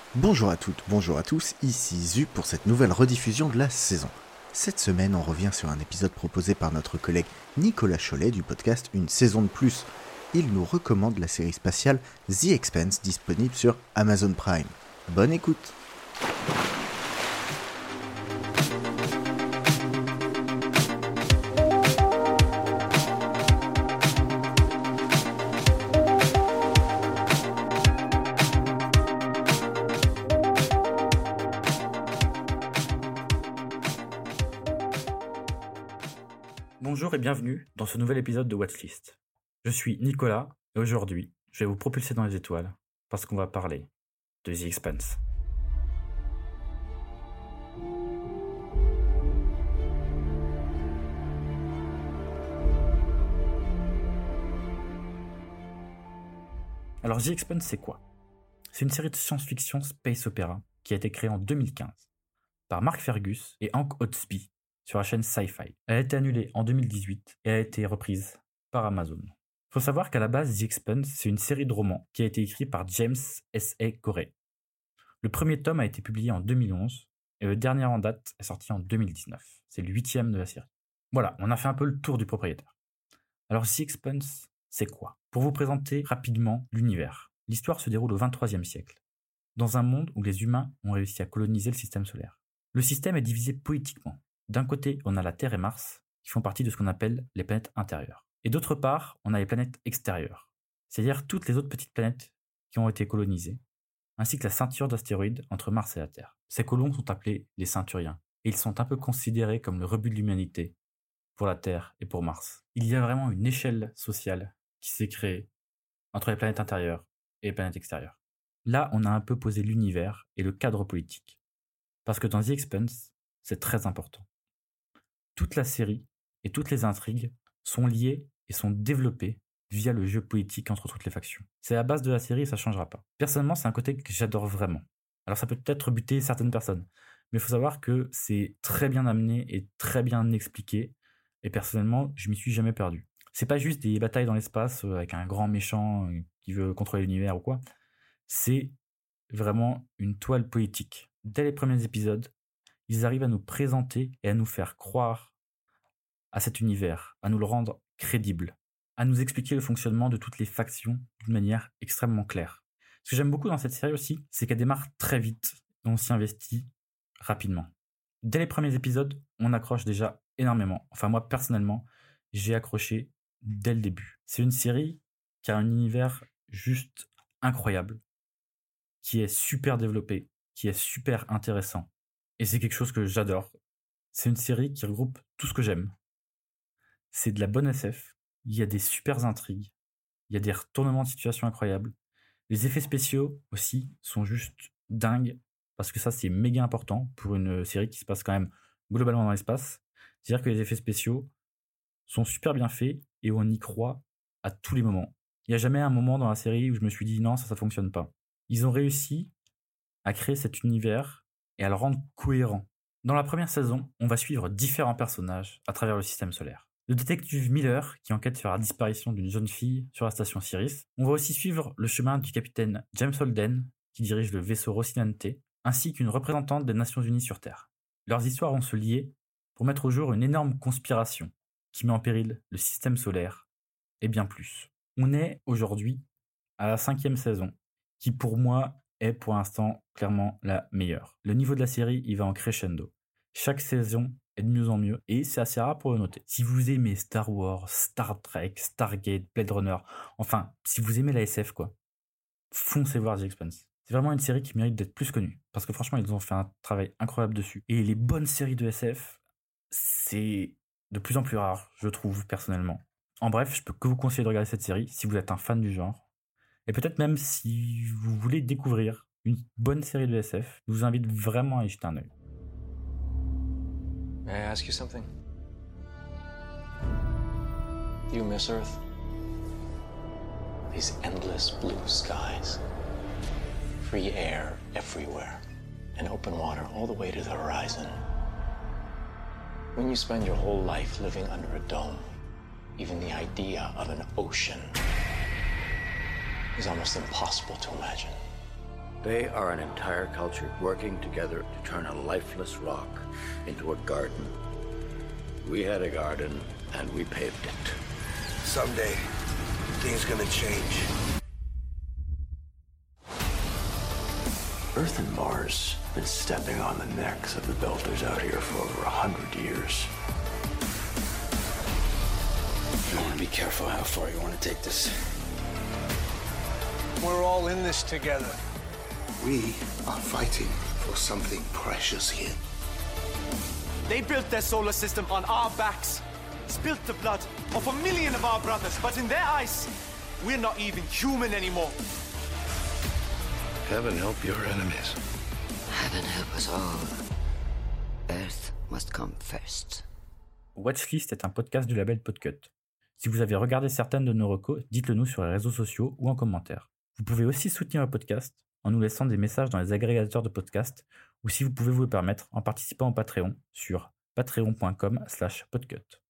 Bonjour à toutes, bonjour à tous, ici Zu pour cette nouvelle rediffusion de la saison. Cette semaine, on revient sur un épisode proposé par notre collègue Nicolas Cholet du podcast Une saison de plus. Il nous recommande la série spatiale The Expanse disponible sur Amazon Prime. Bonne écoute! Bonjour et bienvenue dans ce nouvel épisode de Watchlist. Je suis Nicolas et aujourd'hui, je vais vous propulser dans les étoiles parce qu'on va parler de The Expanse. Alors The Expanse, c'est quoi? C'est une série de science-fiction space opéra qui a été créée en 2015 par Mark Fergus et Hank Oatsby sur la chaîne Sci-Fi. Elle a été annulée en 2018 et a été reprise par Amazon. Il faut savoir qu'à la base, The Expanse, c'est une série de romans qui a été écrite par James S.A. Corey. Le premier tome a été publié en 2011 et le dernier en date est sorti en 2019. C'est le 8e de la série. Voilà, on a fait un peu le tour du propriétaire. Alors The Expanse, c'est quoi? Pour vous présenter rapidement l'univers. L'histoire se déroule au 23e siècle, dans un monde où les humains ont réussi à coloniser le système solaire. Le système est divisé politiquement. D'un côté, on a la Terre et Mars, qui font partie de ce qu'on appelle les planètes intérieures. Et d'autre part, on a les planètes extérieures, c'est-à-dire toutes les autres petites planètes qui ont été colonisées, ainsi que la ceinture d'astéroïdes entre Mars et la Terre. Ces colons sont appelés les ceinturiens, et ils sont un peu considérés comme le rebut de l'humanité pour la Terre et pour Mars. Il y a vraiment une échelle sociale qui s'est créée entre les planètes intérieures et les planètes extérieures. Là, on a un peu posé l'univers et le cadre politique, parce que dans The Expanse, c'est très important. Toute la série et toutes les intrigues sont liées et sont développées via le jeu politique entre toutes les factions. C'est la base de la série et ça ne changera pas. Personnellement, c'est un côté que j'adore vraiment. Alors ça peut peut-être buter certaines personnes, mais il faut savoir que c'est très bien amené et très bien expliqué, et personnellement, je m'y suis jamais perdu. C'est pas juste des batailles dans l'espace avec un grand méchant qui veut contrôler l'univers ou quoi, c'est vraiment une toile politique. Dès les premiers épisodes, ils arrivent à nous présenter et à nous faire croire à cet univers, à nous le rendre crédible, à nous expliquer le fonctionnement de toutes les factions d'une manière extrêmement claire. Ce que j'aime beaucoup dans cette série aussi, c'est qu'elle démarre très vite et on s'y investit rapidement. Dès les premiers épisodes, on accroche déjà énormément. Enfin moi personnellement, j'ai accroché dès le début. C'est une série qui a un univers juste incroyable, qui est super développé, qui est super intéressant. Et c'est quelque chose que j'adore. C'est une série qui regroupe tout ce que j'aime. C'est de la bonne SF, il y a des super intrigues, il y a des retournements de situation incroyables. Les effets spéciaux aussi sont juste dingues, parce que ça c'est méga important pour une série qui se passe quand même globalement dans l'espace. C'est-à-dire que les effets spéciaux sont super bien faits et on y croit à tous les moments. Il n'y a jamais un moment dans la série où je me suis dit non, ça fonctionne pas. Ils ont réussi à créer cet univers et à le rendre cohérent. Dans la première saison, on va suivre différents personnages à travers le système solaire. Le détective Miller, qui enquête sur la disparition d'une jeune fille sur la station Sirius. On va aussi suivre le chemin du capitaine James Holden, qui dirige le vaisseau Rocinante, ainsi qu'une représentante des Nations Unies sur Terre. Leurs histoires vont se lier pour mettre au jour une énorme conspiration qui met en péril le système solaire et bien plus. On est aujourd'hui à la 5e saison, qui pour moi est pour l'instant clairement la meilleure. Le niveau de la série, il va en crescendo. Chaque saison est de mieux en mieux et c'est assez rare pour le noter. Si vous aimez Star Wars, Star Trek, Stargate, Blade Runner, enfin, si vous aimez la SF quoi, foncez voir The Expanse. C'est vraiment une série qui mérite d'être plus connue parce que franchement, ils ont fait un travail incroyable dessus. Et les bonnes séries de SF, c'est de plus en plus rare, je trouve personnellement. En bref, je peux que vous conseiller de regarder cette série si vous êtes un fan du genre. Et peut-être même si vous voulez découvrir une bonne série de SF, je vous invite vraiment à y jeter un œil. May I ask you something? Do you miss Earth? These endless blue skies, free air everywhere, and open water all the way to the horizon. When you spend your whole life living under a dome, even the idea of an ocean is almost impossible to imagine. They are an entire culture working together to turn a lifeless rock into a garden. We had a garden and we paved it. Someday, things gonna change. Earth and Mars have been stepping on the necks of the builders out here for over 100 years. You want to be careful how far you want to take this. We're all in this together. We are fighting for something precious here. They built their solar system on our backs, spilt the blood of 1 million of our brothers, but in their eyes, we're not even human anymore. Heaven help your enemies. Heaven help us all. Earth must come first. Watchlist est un podcast du label Podcut. Si vous avez regardé certaines de nos recos, dites-le nous sur les réseaux sociaux ou en commentaire. Vous pouvez aussi soutenir le podcast en nous laissant des messages dans les agrégateurs de podcasts ou si vous pouvez vous le permettre en participant au Patreon sur patreon.com/podcut.